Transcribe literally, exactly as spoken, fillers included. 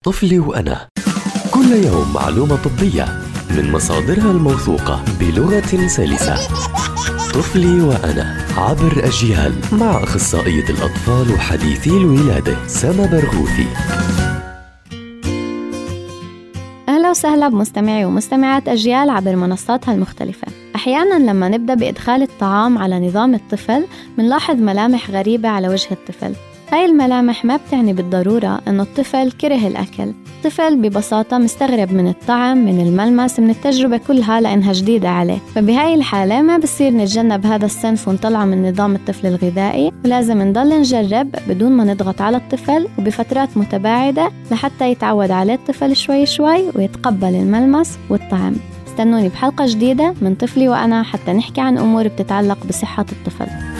طفلي وأنا، كل يوم معلومة طبية من مصادرها الموثوقة بلغة سلسة. طفلي وأنا عبر أجيال مع أخصائية الأطفال وحديثي الولادة سما برغوثي. أهلا وسهلا بمستمعي ومستمعات أجيال عبر منصاتها المختلفة. أحيانا لما نبدأ بإدخال الطعام على نظام الطفل منلاحظ ملامح غريبة على وجه الطفل. هاي الملامح ما بتعني بالضرورة أنه الطفل كره الأكل. الطفل ببساطة مستغرب من الطعم، من الملمس، من التجربة كلها لأنها جديدة عليه. فبهاي الحالة ما بصير نتجنب هذا الصنف ونطلع من نظام الطفل الغذائي، ولازم نضل نجرب بدون ما نضغط على الطفل وبفترات متباعدة لحتى يتعود عليه الطفل شوي شوي ويتقبل الملمس والطعم. استنوني بحلقة جديدة من طفلي وأنا حتى نحكي عن أمور بتتعلق بصحة الطفل.